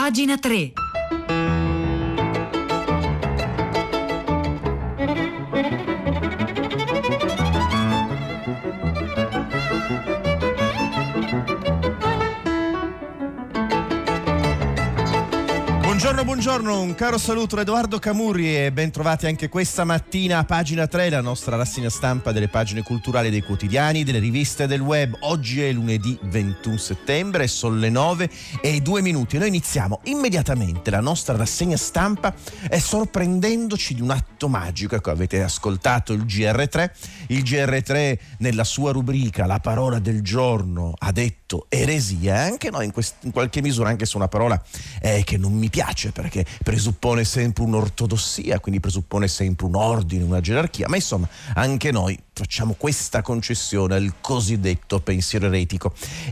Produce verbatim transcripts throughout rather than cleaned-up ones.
Pagina tre. Buongiorno, buongiorno, un caro saluto da Edoardo Camurri e ben trovati anche questa mattina a Pagina tre, la nostra rassegna stampa delle pagine culturali dei quotidiani, delle riviste del web. Oggi è lunedì ventuno settembre, sono le nove e due minuti. Noi iniziamo immediatamente la nostra rassegna stampa e sorprendendoci di un atto magico. Ecco, avete ascoltato il G R tre, il G R tre nella sua rubrica La parola del giorno ha detto eresia. Anche noi in, quest- in qualche misura, anche se una parola eh, che non mi piace, perché presuppone sempre un'ortodossia, quindi presuppone sempre un ordine, una gerarchia, ma insomma anche noi facciamo questa concessione al cosiddetto pensiero eretico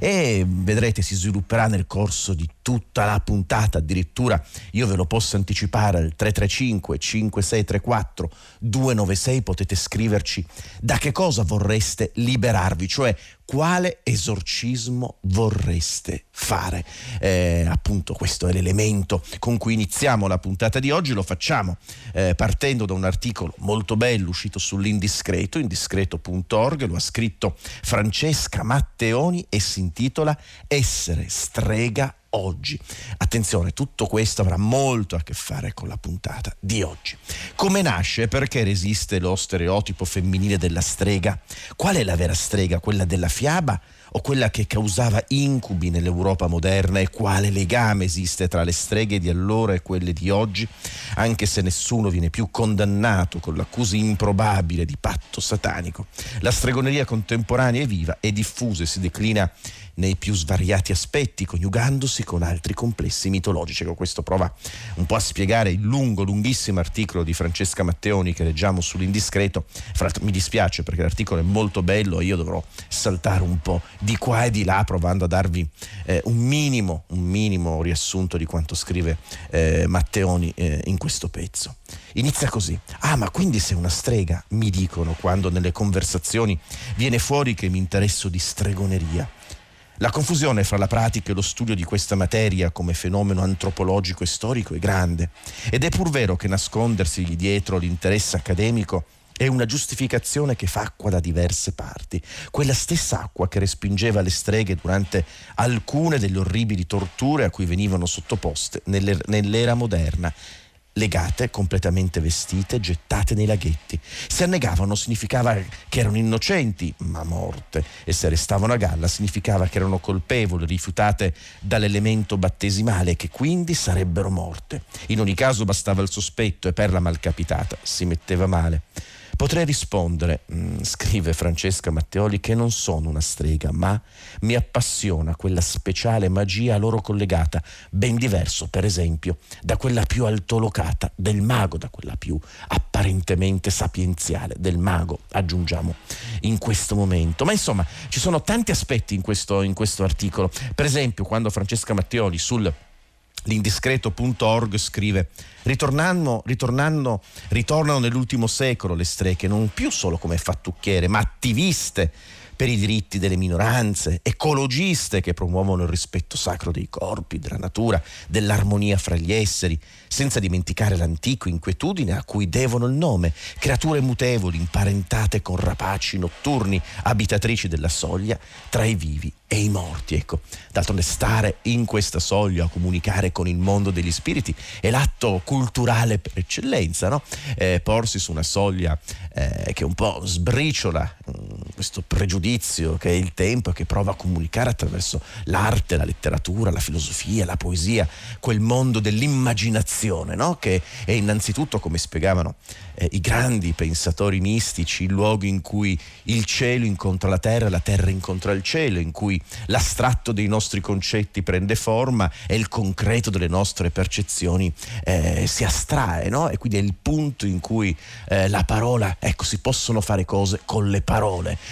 e vedrete si svilupperà nel corso di tutta la puntata. Addirittura io ve lo posso anticipare al tre tre cinque cinque sei tre quattro due nove sei, potete scriverci da che cosa vorreste liberarvi, cioè quale esorcismo vorreste fare. Eh, appunto questo è l'elemento con cui iniziamo la puntata di oggi. Lo facciamo eh, partendo da un articolo molto bello uscito sull'Indiscreto, indiscreto punto org, lo ha scritto Francesca Matteoni e si intitola Essere strega oggi. Attenzione, tutto questo avrà molto a che fare con la puntata di oggi. Come nasce e perché resiste lo stereotipo femminile della strega? Qual è la vera strega? Quella della fiaba o quella che causava incubi nell'Europa moderna? E quale legame esiste tra le streghe di allora e quelle di oggi? Anche se nessuno viene più condannato con l'accusa improbabile di patto satanico, la stregoneria contemporanea è viva, è diffusa e si declina nei più svariati aspetti, coniugandosi con altri complessi mitologici. Questo prova un po' a spiegare il lungo, lunghissimo articolo di Francesca Matteoni che leggiamo sull'Indiscreto. Fra l'altro mi dispiace perché l'articolo è molto bello e io dovrò saltare un po' di qua e di là provando a darvi eh, un minimo, un minimo riassunto di quanto scrive eh, Matteoni eh, in questo pezzo. Inizia così: ah, ma quindi sei una strega? Mi dicono quando nelle conversazioni viene fuori che mi interesso di stregoneria. La confusione fra la pratica e lo studio di questa materia come fenomeno antropologico e storico è grande, ed è pur vero che nascondersi dietro l'interesse accademico è una giustificazione che fa acqua da diverse parti, quella stessa acqua che respingeva le streghe durante alcune delle orribili torture a cui venivano sottoposte nelle, nell'era moderna. Legate, completamente vestite, gettate nei laghetti. Se annegavano significava che erano innocenti, ma morte, e se restavano a galla significava che erano colpevoli, rifiutate dall'elemento battesimale e che quindi sarebbero morte. In ogni caso bastava il sospetto e per la malcapitata si metteva male. Potrei rispondere, mh, scrive Francesca Matteoli, che non sono una strega, ma mi appassiona quella speciale magia a loro collegata, ben diverso, per esempio, da quella più altolocata del mago, da quella più apparentemente sapienziale del mago, aggiungiamo in questo momento. Ma insomma, ci sono tanti aspetti in questo, in questo articolo. Per esempio, quando Francesca Matteoli sul l'indiscreto punto org scrive: ritornando, ritornando, ritornano nell'ultimo secolo le streghe non più solo come fattucchiere, ma attiviste per i diritti delle minoranze, ecologiste che promuovono il rispetto sacro dei corpi, della natura, dell'armonia fra gli esseri, senza dimenticare l'antico inquietudine a cui devono il nome, creature mutevoli imparentate con rapaci notturni, abitatrici della soglia tra i vivi e i morti. Ecco, d'altronde stare in questa soglia a comunicare con il mondo degli spiriti è l'atto culturale per eccellenza, no? Eh, porsi su una soglia eh, che un po' sbriciola mh, questo pregiudizio che è il tempo e che prova a comunicare attraverso l'arte, la letteratura, la filosofia, la poesia, quel mondo dell'immaginazione, no? Che è innanzitutto, come spiegavano eh, i grandi pensatori mistici, il luogo in cui il cielo incontra la terra, la terra incontra il cielo, in cui l'astratto dei nostri concetti prende forma e il concreto delle nostre percezioni eh, si astrae, no? E quindi è il punto in cui eh, la parola, ecco, si possono fare cose con le parole,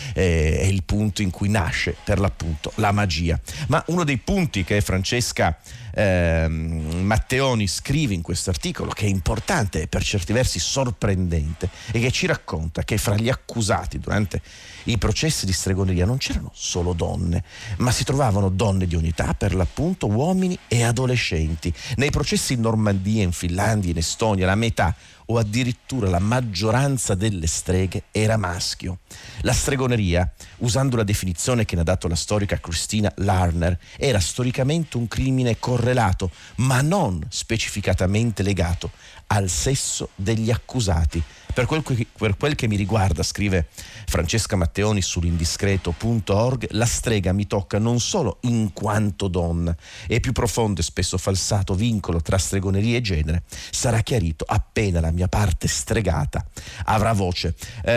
eh, è il punto in cui nasce per l'appunto la magia. Ma uno dei punti che Francesca eh, Matteoni scrive in questo articolo, che è importante e per certi versi sorprendente, e che ci racconta che fra gli accusati durante i processi di stregoneria non c'erano solo donne, ma si trovavano donne di ogni età, per l'appunto uomini e adolescenti. Nei processi in Normandia, in Finlandia, in Estonia, la metà o addirittura la maggioranza delle streghe era maschio. La stregoneria, usando la definizione che ne ha dato la storica Christina Larner, era storicamente un crimine correlato, ma non specificatamente legato al sesso degli accusati. Per quel, che, per quel che mi riguarda, scrive Francesca Matteoni sull'indiscreto punto org, la strega mi tocca non solo in quanto donna, e più profondo e spesso falsato vincolo tra stregoneria e genere sarà chiarito appena la mia parte stregata avrà voce.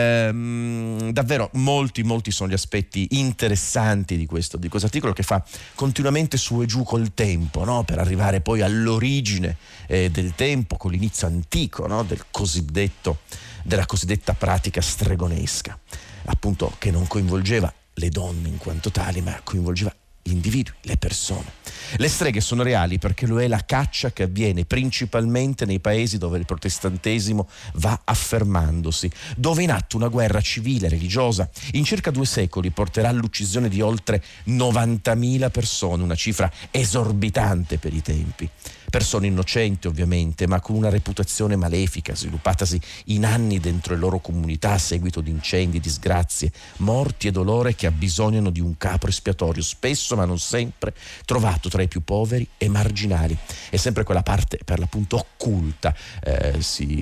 Ehm, davvero molti molti sono gli aspetti interessanti di questo, di questo articolo, che fa continuamente su e giù col tempo, no? Per arrivare poi all'origine eh, del tempo, con l'inizio antico, no? del cosiddetto della cosiddetta pratica stregonesca, appunto, che non coinvolgeva le donne in quanto tali, ma coinvolgeva gli individui, le persone. Le streghe sono reali perché lo è la caccia che avviene principalmente nei paesi dove il protestantesimo va affermandosi, dove è in atto una guerra civile religiosa. In circa due secoli porterà all'uccisione di oltre novantamila persone, una cifra esorbitante per i tempi. Persone innocenti ovviamente, ma con una reputazione malefica sviluppatasi in anni dentro le loro comunità a seguito di incendi, disgrazie, morti e dolore, che abbisognano di un capro espiatorio, spesso ma non sempre trovato tra i più poveri e marginali. È sempre quella parte per l'appunto occulta, eh, si,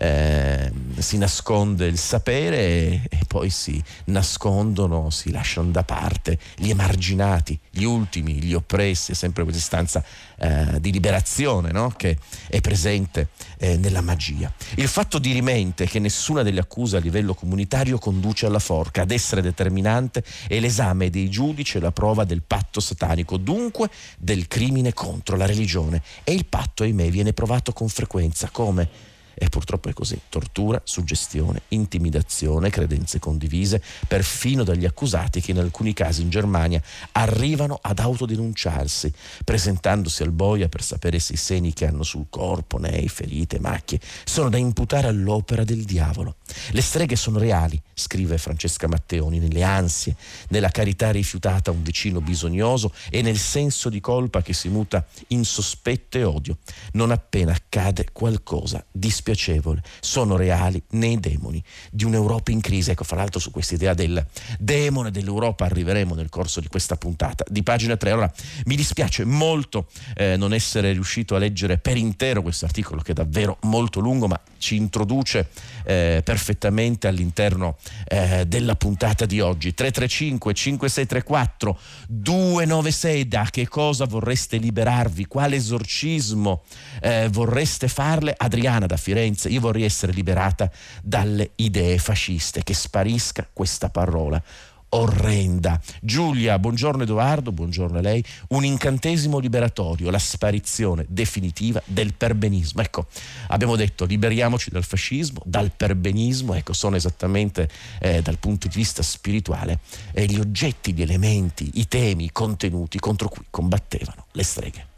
eh, si nasconde il sapere e, e poi si nascondono, si lasciano da parte gli emarginati, gli ultimi, gli oppressi. È sempre questa istanza eh, di liberazione, no? Che è presente eh, nella magia. Il fatto dirimente che nessuna delle accuse a livello comunitario conduce alla forca. Ad essere determinante è l'esame dei giudici e la prova del patto satanico, dunque del crimine contro la religione. E il patto, ahimè, viene provato con frequenza come... E purtroppo è così: tortura, suggestione, intimidazione, credenze condivise, perfino dagli accusati, che in alcuni casi in Germania arrivano ad autodenunciarsi, presentandosi al boia per sapere se i segni che hanno sul corpo, nei, ferite, macchie, sono da imputare all'opera del diavolo. Le streghe sono reali, scrive Francesca Matteoni, nelle ansie, nella carità rifiutata a un vicino bisognoso e nel senso di colpa che si muta in sospetto e odio non appena accade qualcosa di spiacevole. Sono reali nei demoni di un'Europa in crisi. Ecco, fra l'altro su questa idea del demone dell'Europa arriveremo nel corso di questa puntata di Pagina tre. Allora, mi dispiace molto eh, non essere riuscito a leggere per intero questo articolo, che è davvero molto lungo, ma ci introduce eh, perfettamente all'interno eh, della puntata di oggi. Tre tre cinque cinque sei tre quattro due nove sei. Da che cosa vorreste liberarvi? Quale esorcismo eh, vorreste farle? Adriana da Firenze: io vorrei essere liberata dalle idee fasciste, che sparisca questa parola orrenda. Giulia: buongiorno Edoardo, buongiorno a lei. Un incantesimo liberatorio, la sparizione definitiva del perbenismo. Ecco, abbiamo detto liberiamoci dal fascismo, dal perbenismo. Ecco, sono esattamente eh, dal punto di vista spirituale eh, gli oggetti, gli elementi, i temi, i contenuti contro cui combattevano le streghe.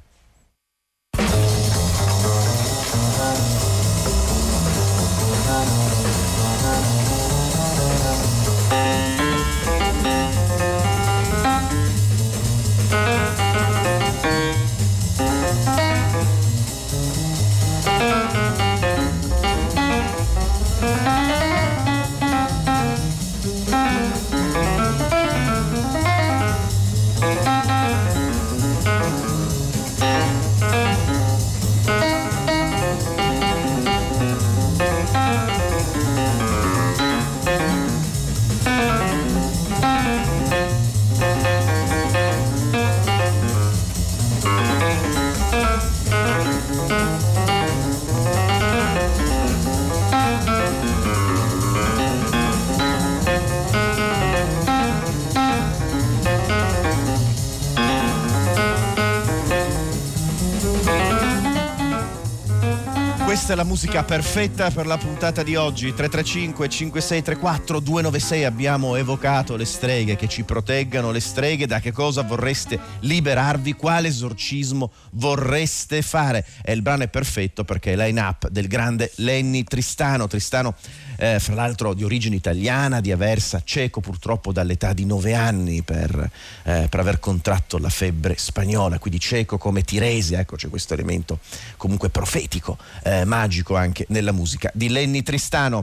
Questa è la musica perfetta per la puntata di oggi. Tre tre cinque cinque sei tre quattro due nove sei. Abbiamo evocato le streghe, che ci proteggano le streghe. Da che cosa vorreste liberarvi? Quale esorcismo vorreste fare? E il brano è perfetto perché è line up del grande Lenny Tristano. Tristano eh, fra l'altro di origine italiana, di Aversa, ceco purtroppo dall'età di nove anni per, eh, per aver contratto la febbre spagnola, quindi ceco come Tiresia. Ecco, c'è questo elemento comunque profetico, eh, magico anche nella musica di Lenny Tristano.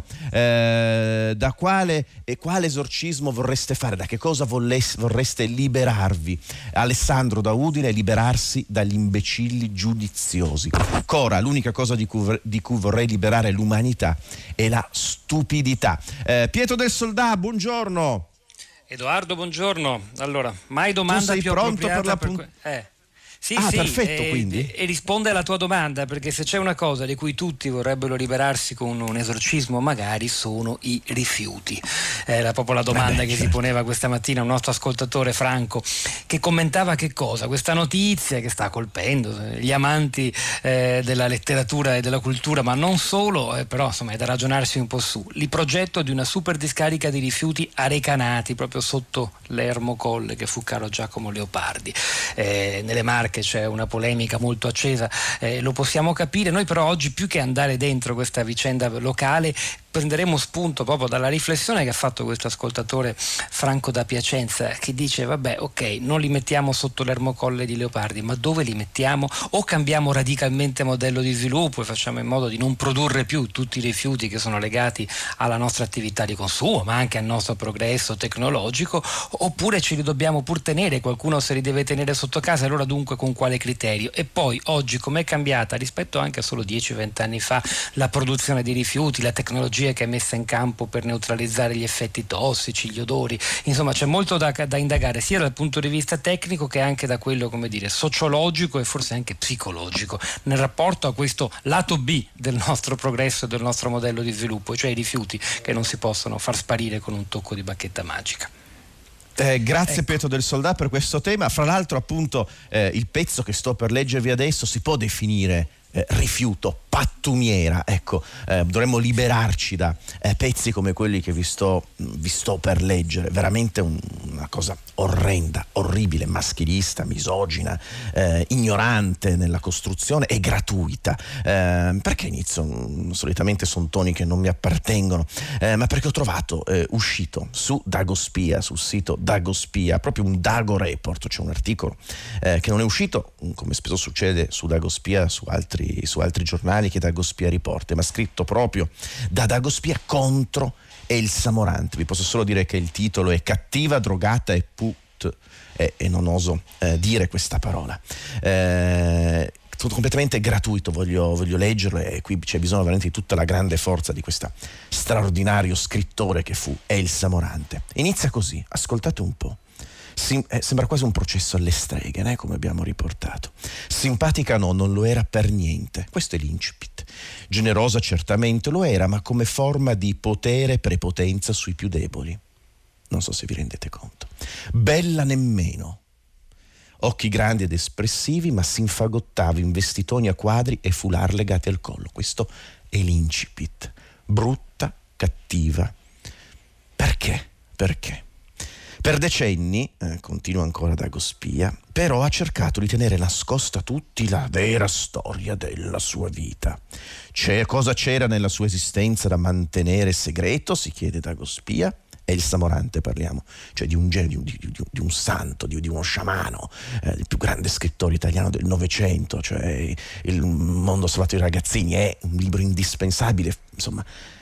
Eh, da quale e quale esorcismo vorreste fare? Da che cosa volles, vorreste liberarvi? Alessandro da Udine: liberarsi dagli imbecilli giudiziosi. Cora: l'unica cosa di cui, di cui vorrei liberare l'umanità è la stupidità. Eh, Pietro del Soldà, buongiorno. Edoardo, buongiorno. Allora, mai domanda tu sei più pronto per la per puntata? que- eh. Sì, ah, sì, perfetto, e, quindi. e risponde alla tua domanda, perché se c'è una cosa di cui tutti vorrebbero liberarsi con un esorcismo magari sono i rifiuti. Era proprio la domanda Vabbè, che certo. si poneva questa mattina un nostro ascoltatore Franco, che commentava che cosa? Questa notizia che sta colpendo gli amanti eh, della letteratura e della cultura, ma non solo, eh, però insomma è da ragionarsi un po' su. Il progetto di una super discarica di rifiuti a Recanati, proprio sotto l'Ermo Colle, che fu caro Giacomo Leopardi. Eh, nelle Marche c'è una polemica molto accesa, eh, lo possiamo capire. Noi però oggi, più che andare dentro questa vicenda locale, prenderemo spunto proprio dalla riflessione che ha fatto questo ascoltatore Franco da Piacenza, che dice: vabbè, ok, non li mettiamo sotto l'Ermocolle di Leopardi, ma dove li mettiamo? O cambiamo radicalmente modello di sviluppo e facciamo in modo di non produrre più tutti i rifiuti che sono legati alla nostra attività di consumo, ma anche al nostro progresso tecnologico, oppure ce li dobbiamo pur tenere, qualcuno se li deve tenere sotto casa, allora dunque con quale criterio? E poi oggi com'è cambiata rispetto anche a solo dieci venti anni fa la produzione di rifiuti, la tecnologia che è messa in campo per neutralizzare gli effetti tossici, gli odori. Insomma, c'è molto da, da indagare sia dal punto di vista tecnico che anche da quello, come dire, sociologico e forse anche psicologico nel rapporto a questo lato B del nostro progresso e del nostro modello di sviluppo, cioè i rifiuti che non si possono far sparire con un tocco di bacchetta magica. Eh, grazie, ecco. Pietro del Soldà, per questo tema. Fra l'altro, appunto, eh, il pezzo che sto per leggervi adesso si può definire eh, rifiuto, pattumiera. Ecco, eh, dovremmo liberarci da eh, pezzi come quelli che vi sto, vi sto per leggere. Veramente un, una cosa orrenda, orribile, maschilista, misogina, eh, ignorante nella costruzione e gratuita. Eh, perché inizio? Solitamente sono toni che non mi appartengono, eh, ma perché ho trovato eh, uscito su Dagospia, sul sito Dagospia, proprio un Dago Report. C'è un articolo eh, che non è uscito, come spesso succede su Dagospia, su altri, su altri giornali che Dagospia riporta, ma scritto proprio da Dagospia contro Elsa Morante. Vi posso solo dire che il titolo è Cattiva, drogata e put, e, e non oso eh, dire questa parola. Eh, tutto completamente gratuito, voglio, voglio leggerlo, e qui c'è bisogno veramente di tutta la grande forza di questo straordinario scrittore che fu Elsa Morante. Inizia così, ascoltate un po'. Sim- eh, sembra quasi un processo alle streghe, né? Come abbiamo riportato. Simpatica no, non lo era per niente. Questo è l'incipit. Generosa certamente lo era, ma come forma di potere e prepotenza sui più deboli. Non so se vi rendete conto. Bella nemmeno. Occhi grandi ed espressivi, ma si infagottava in vestitoni a quadri e foulard legati al collo. Questo è l'incipit. Brutta, cattiva. Perché? Perché? Per decenni, eh, continua ancora Dagospia, però ha cercato di tenere nascosta a tutti la vera storia della sua vita. C'è, cosa c'era nella sua esistenza da mantenere segreto, si chiede Dagospia? Elsa Morante parliamo, cioè di un genio, di, di, di un santo, di, di uno sciamano, eh, il più grande scrittore italiano del Novecento, cioè Il mondo salvato dai ragazzini, è un libro indispensabile, insomma.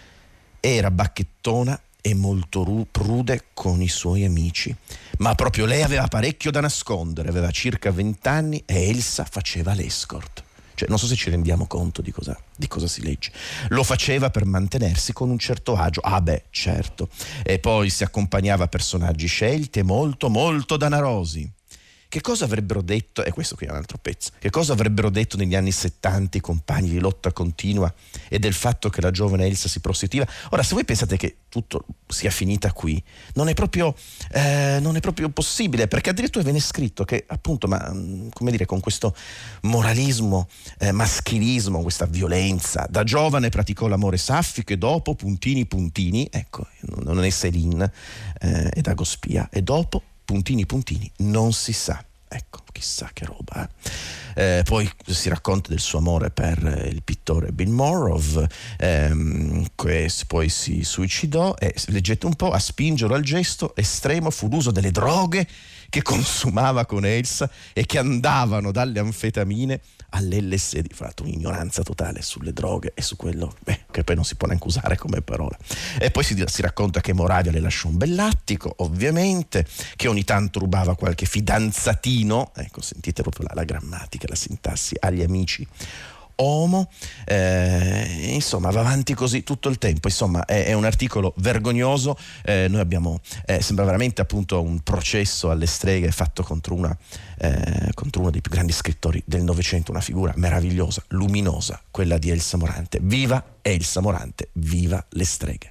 Era bacchettona e molto ru- prude con i suoi amici, ma proprio lei aveva parecchio da nascondere, aveva circa vent'anni e Elsa faceva l'escort. Cioè, non so se ci rendiamo conto di cosa, di cosa si legge. Lo faceva per mantenersi con un certo agio. Ah beh, certo. E poi si accompagnava a personaggi scelti e molto, molto danarosi, che cosa avrebbero detto, e questo qui è un altro pezzo, che cosa avrebbero detto negli anni settanta i compagni di lotta continua e del fatto che la giovane Elsa si prostituiva? Ora, se voi pensate che tutto sia finita qui, non è proprio, eh, non è proprio possibile, perché addirittura viene scritto che appunto, ma come dire, con questo moralismo, eh, maschilismo, questa violenza, da giovane praticò l'amore saffico e dopo puntini puntini, ecco, non è Céline eh, ed Agospia, e dopo puntini puntini non si sa. Ecco, chissà che roba. Eh? Eh, poi si racconta del suo amore per eh, il pittore Bill Morrow, ehm, che poi si suicidò, e leggete un po', a spingerlo al gesto estremo fu l'uso delle droghe che consumava con Elsa e che andavano dalle anfetamine all'L S D. Fra l'altro un'ignoranza totale sulle droghe e su quello beh, che poi non si può neanche usare come parola. E poi si, si racconta che Moravia le lasciò un bell'attico, ovviamente, che ogni tanto rubava qualche fidanzatino, ecco, sentite proprio la, la grammatica, la sintassi, agli amici Omo, eh, insomma va avanti così tutto il tempo. Insomma è, è un articolo vergognoso, eh, noi abbiamo eh, sembra veramente appunto un processo alle streghe fatto contro una eh, contro uno dei più grandi scrittori del Novecento, una figura meravigliosa, luminosa, quella di Elsa Morante. Viva Elsa Morante, viva le streghe.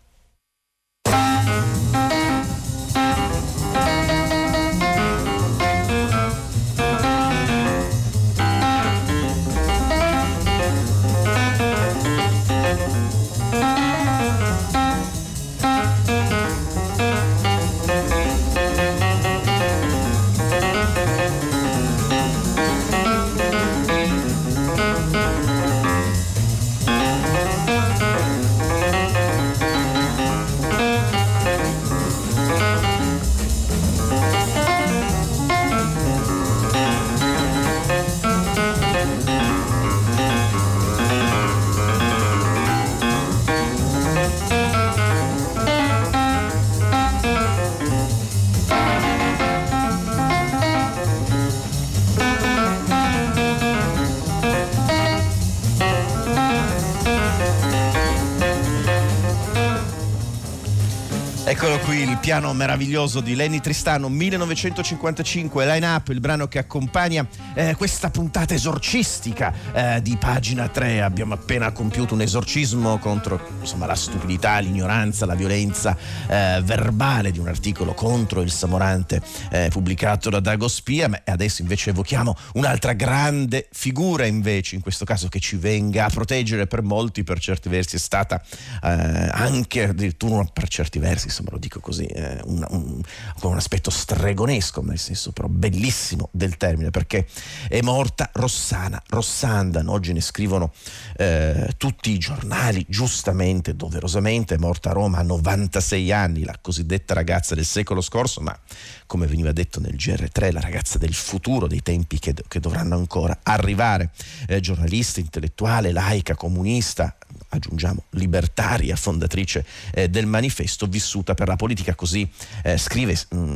Eccolo qui il piano meraviglioso di Lenny Tristano, millenovecentocinquantacinque, Line Up, il brano che accompagna eh, questa puntata esorcistica eh, di Pagina tre. Abbiamo appena compiuto un esorcismo contro insomma la stupidità, l'ignoranza, la violenza eh, verbale di un articolo contro Elsa Morante eh, pubblicato da Dagospia, ma adesso invece evochiamo un'altra grande figura invece, in questo caso che ci venga a proteggere. Per molti, per certi versi, è stata eh, anche addirittura per certi versi, insomma lo dico così, eh, un, un, con un aspetto stregonesco, nel senso però bellissimo del termine, perché è morta Rossana Rossanda. Oggi ne scrivono eh, tutti i giornali, giustamente, doverosamente. È morta a Roma a novantasei anni, la cosiddetta ragazza del secolo scorso, ma come veniva detto nel G R tre, la ragazza del futuro, dei tempi che, che dovranno ancora arrivare. Eh, giornalista, intellettuale, laica, comunista, aggiungiamo libertaria, fondatrice eh, del Manifesto, vissuta per la politica, così eh, scrive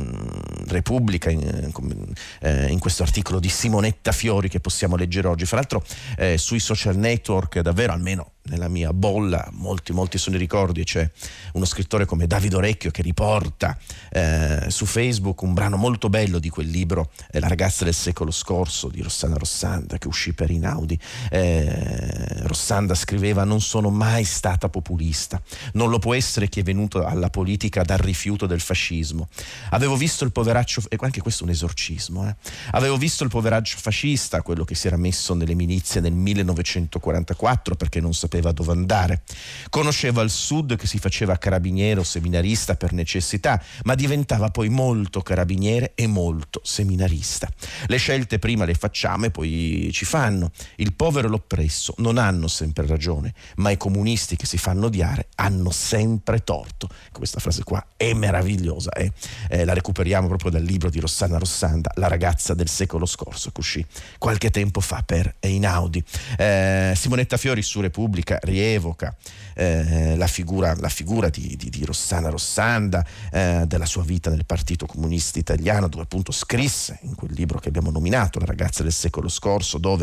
mh, Repubblica in, eh, in questo articolo di Simonetta Fiori che possiamo leggere oggi. Fra l'altro eh, sui social network, davvero, almeno nella mia bolla, molti molti sono i ricordi. C'è uno scrittore come Davido Orecchio che riporta eh, su Facebook un brano molto bello di quel libro, eh, La ragazza del secolo scorso di Rossana Rossanda, che uscì per Inaudi. eh, Rossanda scriveva: non sono mai stata populista, non lo può essere chi è venuto alla politica dal rifiuto del fascismo. Avevo visto il poveraccio, e anche questo è un esorcismo, eh? avevo visto il poveraccio fascista, quello che si era messo nelle milizie nel millenovecentoquarantaquattro perché non sapeva dove andare. Conosceva il sud che si faceva carabiniere o seminarista per necessità, ma diventava poi molto carabiniere e molto seminarista. Le scelte prima le facciamo e poi ci fanno. Il povero e l'oppresso non hanno sempre ragione, ma i comunisti che si fanno odiare hanno sempre torto. Questa frase qua è meravigliosa, eh? Eh, la recuperiamo proprio dal libro di Rossana Rossanda, La ragazza del secolo scorso, che uscì qualche tempo fa per Einaudi. Eh, Simonetta Fiori su Repubblica rievoca eh, la figura, la figura di, di, di Rossana Rossanda, eh, della sua vita nel Partito Comunista Italiano, dove appunto scrisse in quel libro che abbiamo nominato, La ragazza del secolo scorso, dove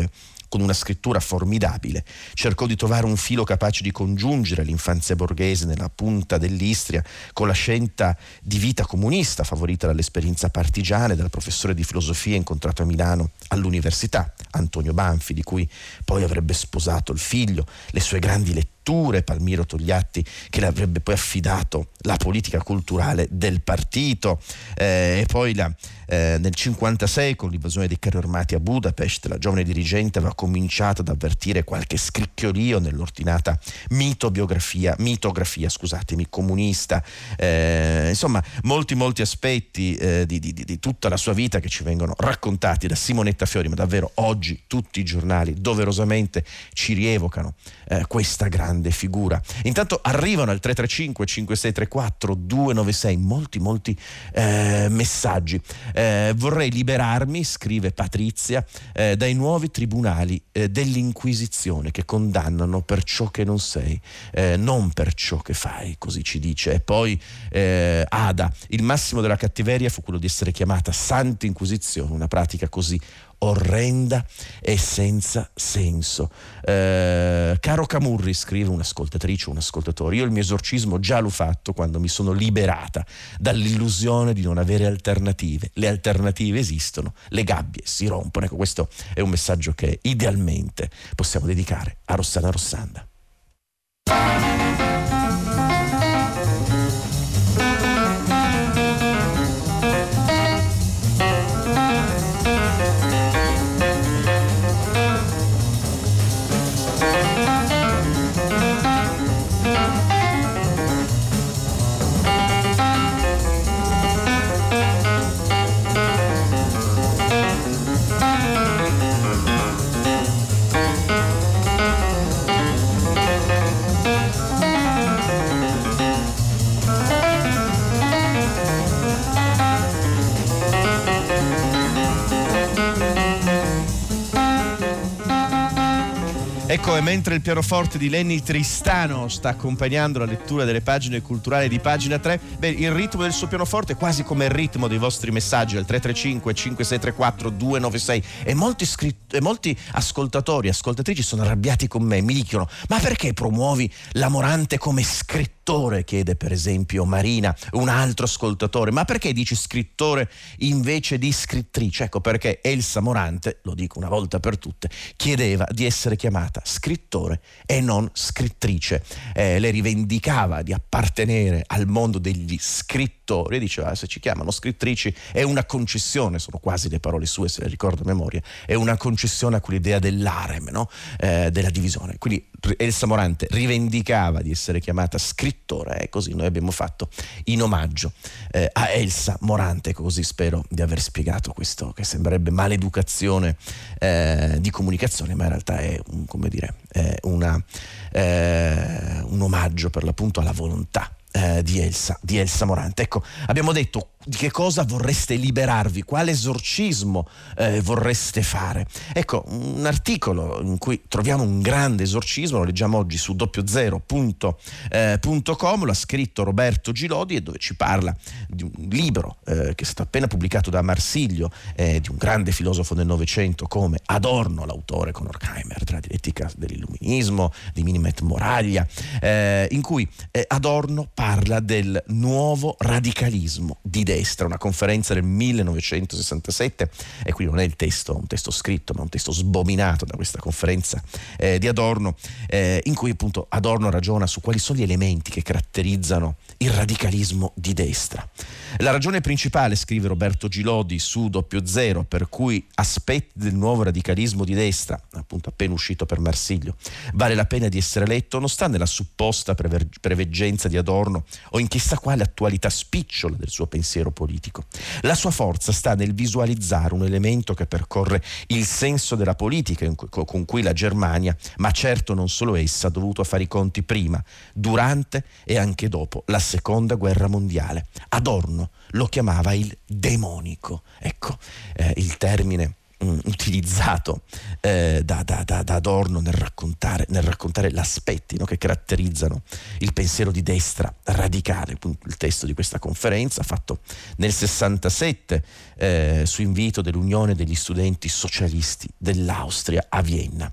Con una scrittura formidabile cercò di trovare un filo capace di congiungere l'infanzia borghese nella punta dell'Istria con la scelta di vita comunista favorita dall'esperienza partigiana e dal professore di filosofia incontrato a Milano all'università, Antonio Banfi, di cui poi avrebbe sposato il figlio, le sue grandi letture, Palmiro Togliatti, che le avrebbe poi affidato la politica culturale del partito, eh, e poi la, eh, nel cinquantasei, con l'invasione dei carri armati a Budapest, la giovane dirigente aveva cominciato ad avvertire qualche scricchiolio nell'ordinata mitobiografia, mitografia scusatemi, comunista, eh, insomma molti molti aspetti eh, di, di, di tutta la sua vita che ci vengono raccontati da Simonetta Fiori, ma davvero oggi tutti i giornali doverosamente ci rievocano eh, questa grande figura. Intanto arrivano al tre tre cinque cinque sei tre quattro due nove sei molti molti eh, messaggi. Eh, vorrei liberarmi, scrive Patrizia, eh, dai nuovi tribunali eh, dell'Inquisizione che condannano per ciò che non sei, eh, non per ciò che fai, così ci dice. E poi eh, Ada, il massimo della cattiveria fu quello di essere chiamata Santa Inquisizione, una pratica così orrenda e senza senso. Eh, caro Camurri, scrive un'ascoltatrice, un ascoltatore, io il mio esorcismo già l'ho fatto quando mi sono liberata dall'illusione di non avere alternative. Le alternative esistono, le gabbie si rompono. Ecco, questo è un messaggio che idealmente possiamo dedicare a Rossana Rossanda. Ecco, e mentre il pianoforte di Lenny Tristano sta accompagnando la lettura delle pagine culturali di Pagina tre, beh, il ritmo del suo pianoforte è quasi come il ritmo dei vostri messaggi al tre tre cinque cinque sei tre quattro due nove sei, e molti, scritt- e molti ascoltatori e ascoltatrici sono arrabbiati con me, mi dicono: ma perché promuovi la Morante come scrittore? Chiede per esempio Marina, un altro ascoltatore. Ma perché dici scrittore invece di scrittrice? Ecco perché Elsa Morante, lo dico una volta per tutte, chiedeva di essere chiamata scrittore e non scrittrice. Eh, lei rivendicava di appartenere al mondo degli scrittori e diceva: ah, se ci chiamano scrittrici è una concessione, sono quasi le parole sue se le ricordo a memoria, è una concessione a quell'idea dell'harem, no? eh, della divisione. Quindi Elsa Morante rivendicava di essere chiamata scrittore e così noi abbiamo fatto in omaggio eh, a Elsa Morante. Così spero di aver spiegato questo che sembrerebbe maleducazione eh, di comunicazione, ma in realtà è un, come dire, è una, eh, un omaggio per l'appunto alla volontà eh, di Elsa, di Elsa Morante. Ecco, abbiamo detto di che cosa vorreste liberarvi, quale esorcismo eh, vorreste fare. Ecco, un articolo in cui troviamo un grande esorcismo, lo leggiamo oggi su doppio zero punto com, l'ha scritto Roberto Gilodi, e dove ci parla di un libro eh, che è stato appena pubblicato da Marsilio, eh, di un grande filosofo del Novecento come Adorno, l'autore con Horkheimer della dialettica dell'illuminismo, di Minimet Moraglia, eh, in cui eh, Adorno parla del nuovo radicalismo di destra, una conferenza del millenovecentosessantasette, e qui non è il testo, un testo scritto, ma un testo sbominato da questa conferenza eh, di Adorno, eh, in cui appunto Adorno ragiona su quali sono gli elementi che caratterizzano il radicalismo di destra. La ragione principale, scrive Roberto Gilodi su doppio zero, per cui aspetti del nuovo radicalismo di destra, appunto appena uscito per Marsilio, vale la pena di essere letto, non sta nella supposta prever- preveggenza di Adorno o in chissà quale attualità spicciola del suo pensiero politico. La sua forza sta nel visualizzare un elemento che percorre il senso della politica con cui la Germania, ma certo non solo essa, ha dovuto fare i conti prima, durante e anche dopo la seconda guerra mondiale. Adorno lo chiamava il demonico. Ecco, eh, il termine mh, utilizzato eh, da, da, da, da Adorno nel raccontare, nel raccontare gli aspetti, no, che caratterizzano il pensiero di destra radicale. Appunto, il testo di questa conferenza, fatto nel sessantasette eh, su invito dell'Unione degli Studenti Socialisti dell'Austria a Vienna.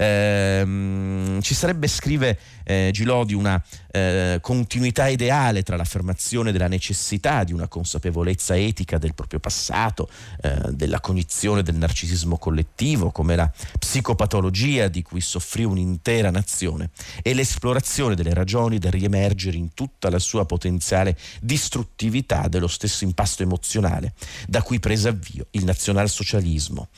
Eh, ci sarebbe, scrive eh, Gilodi, una eh, continuità ideale tra l'affermazione della necessità di una consapevolezza etica del proprio passato, eh, della cognizione del narcisismo collettivo come la psicopatologia di cui soffrì un'intera nazione, e l'esplorazione delle ragioni del riemergere in tutta la sua potenziale distruttività dello stesso impasto emozionale da cui prese avvio il nazionalsocialismo.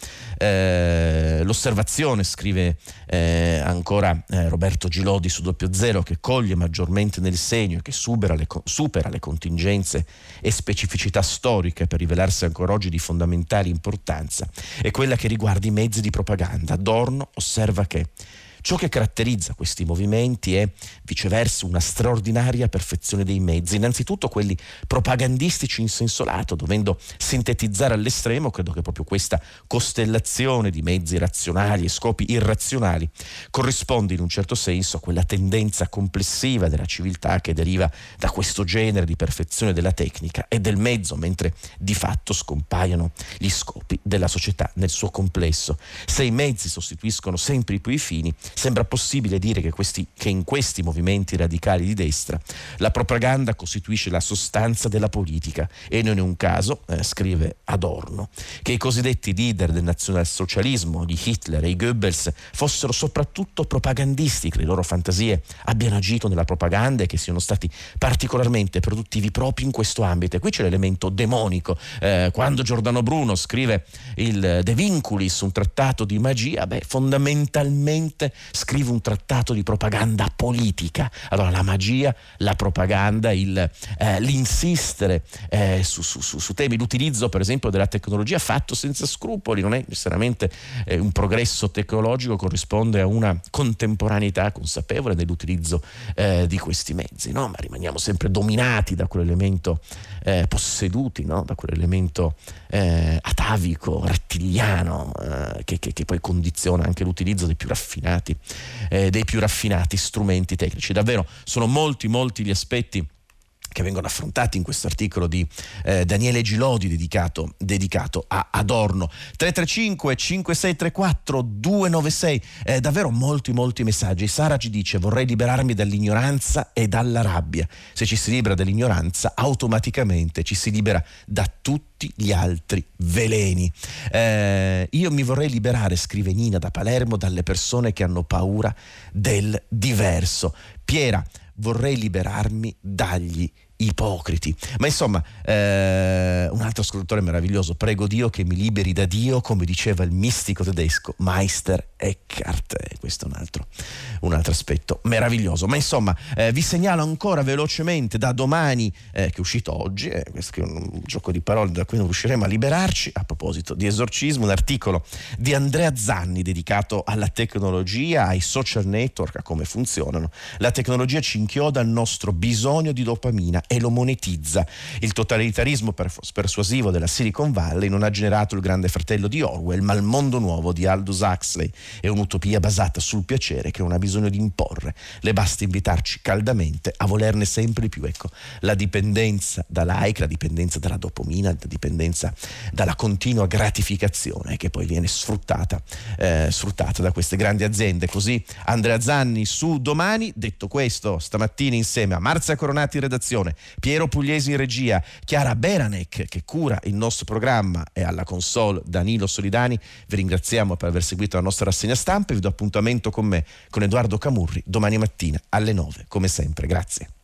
Eh, l'osservazione, scrive eh, ancora eh, Roberto Gilodi su Doppio Zero, che coglie maggiormente nel segno e che supera le, supera le contingenze e specificità storiche per rivelarsi ancora oggi di fondamentale importanza, è quella che riguarda i mezzi di propaganda. Adorno osserva che ciò che caratterizza questi movimenti è viceversa una straordinaria perfezione dei mezzi, innanzitutto quelli propagandistici in senso lato. Dovendo sintetizzare all'estremo, credo che proprio questa costellazione di mezzi razionali e scopi irrazionali corrisponde in un certo senso a quella tendenza complessiva della civiltà che deriva da questo genere di perfezione della tecnica e del mezzo, mentre di fatto scompaiono gli scopi della società nel suo complesso. Se i mezzi sostituiscono sempre più i fini, sembra possibile dire che, questi, che in questi movimenti radicali di destra la propaganda costituisce la sostanza della politica, e non è un caso, eh, scrive Adorno, che i cosiddetti leader del nazionalsocialismo, di Hitler e i Goebbels, fossero soprattutto propagandisti, che le loro fantasie abbiano agito nella propaganda e che siano stati particolarmente produttivi proprio in questo ambito. E qui c'è l'elemento demonico. Eh, quando Giordano Bruno scrive il De Vinculis, un trattato di magia, beh, fondamentalmente scrive un trattato di propaganda politica. Allora la magia, la propaganda, il, eh, l'insistere eh, su, su, su, su temi, l'utilizzo per esempio della tecnologia fatto senza scrupoli, non è necessariamente eh, un progresso tecnologico, corrisponde a una contemporaneità consapevole nell'utilizzo eh, di questi mezzi, no? Ma rimaniamo sempre dominati da quell'elemento eh, posseduti, no? Da quell'elemento eh, atavico, rettiliano, eh, che, che, che poi condiziona anche l'utilizzo dei più raffinati Eh, dei più raffinati strumenti tecnici. Davvero sono molti molti gli aspetti che vengono affrontati in questo articolo di eh, Daniele Gilodi dedicato, dedicato a Adorno. Tre tre cinque cinque sei tre quattro due nove sei, eh, davvero molti molti messaggi. Sara ci dice: vorrei liberarmi dall'ignoranza e dalla rabbia. Se ci si libera dall'ignoranza, automaticamente ci si libera da tutti gli altri veleni. Eh, io mi vorrei liberare, scrive Nina da Palermo, dalle persone che hanno paura del diverso. Piera: vorrei liberarmi dagli ipocriti. Ma insomma, eh, un altro ascoltatore meraviglioso: prego Dio che mi liberi da Dio, come diceva il mistico tedesco Meister Eckhart. Eh, questo è un altro, un altro aspetto meraviglioso. Ma insomma, eh, vi segnalo ancora velocemente da domani, eh, che è uscito oggi, eh, questo è un gioco di parole da cui non riusciremo a liberarci, a proposito di esorcismo, un articolo di Andrea Zanni dedicato alla tecnologia, ai social network, a come funzionano. La tecnologia ci inchioda al nostro bisogno di dopamina e lo monetizza. Il totalitarismo persuasivo della Silicon Valley non ha generato il Grande Fratello di Orwell, ma il mondo nuovo di Aldous Huxley. È un'utopia basata sul piacere che non ha bisogno di imporre, le basta invitarci caldamente a volerne sempre di più. Ecco, la dipendenza da like, la dipendenza dalla dopamina, la dipendenza dalla continua gratificazione che poi viene sfruttata, eh, sfruttata da queste grandi aziende. Così Andrea Zanni su Domani. Detto questo, stamattina insieme a Marzia Coronati in redazione, Piero Pugliesi in regia, Chiara Beranec che cura il nostro programma, e alla console Danilo Solidani, vi ringraziamo per aver seguito la nostra rassegna stampa e vi do appuntamento con me, con Edoardo Camurri, domani mattina alle nove, come sempre. Grazie.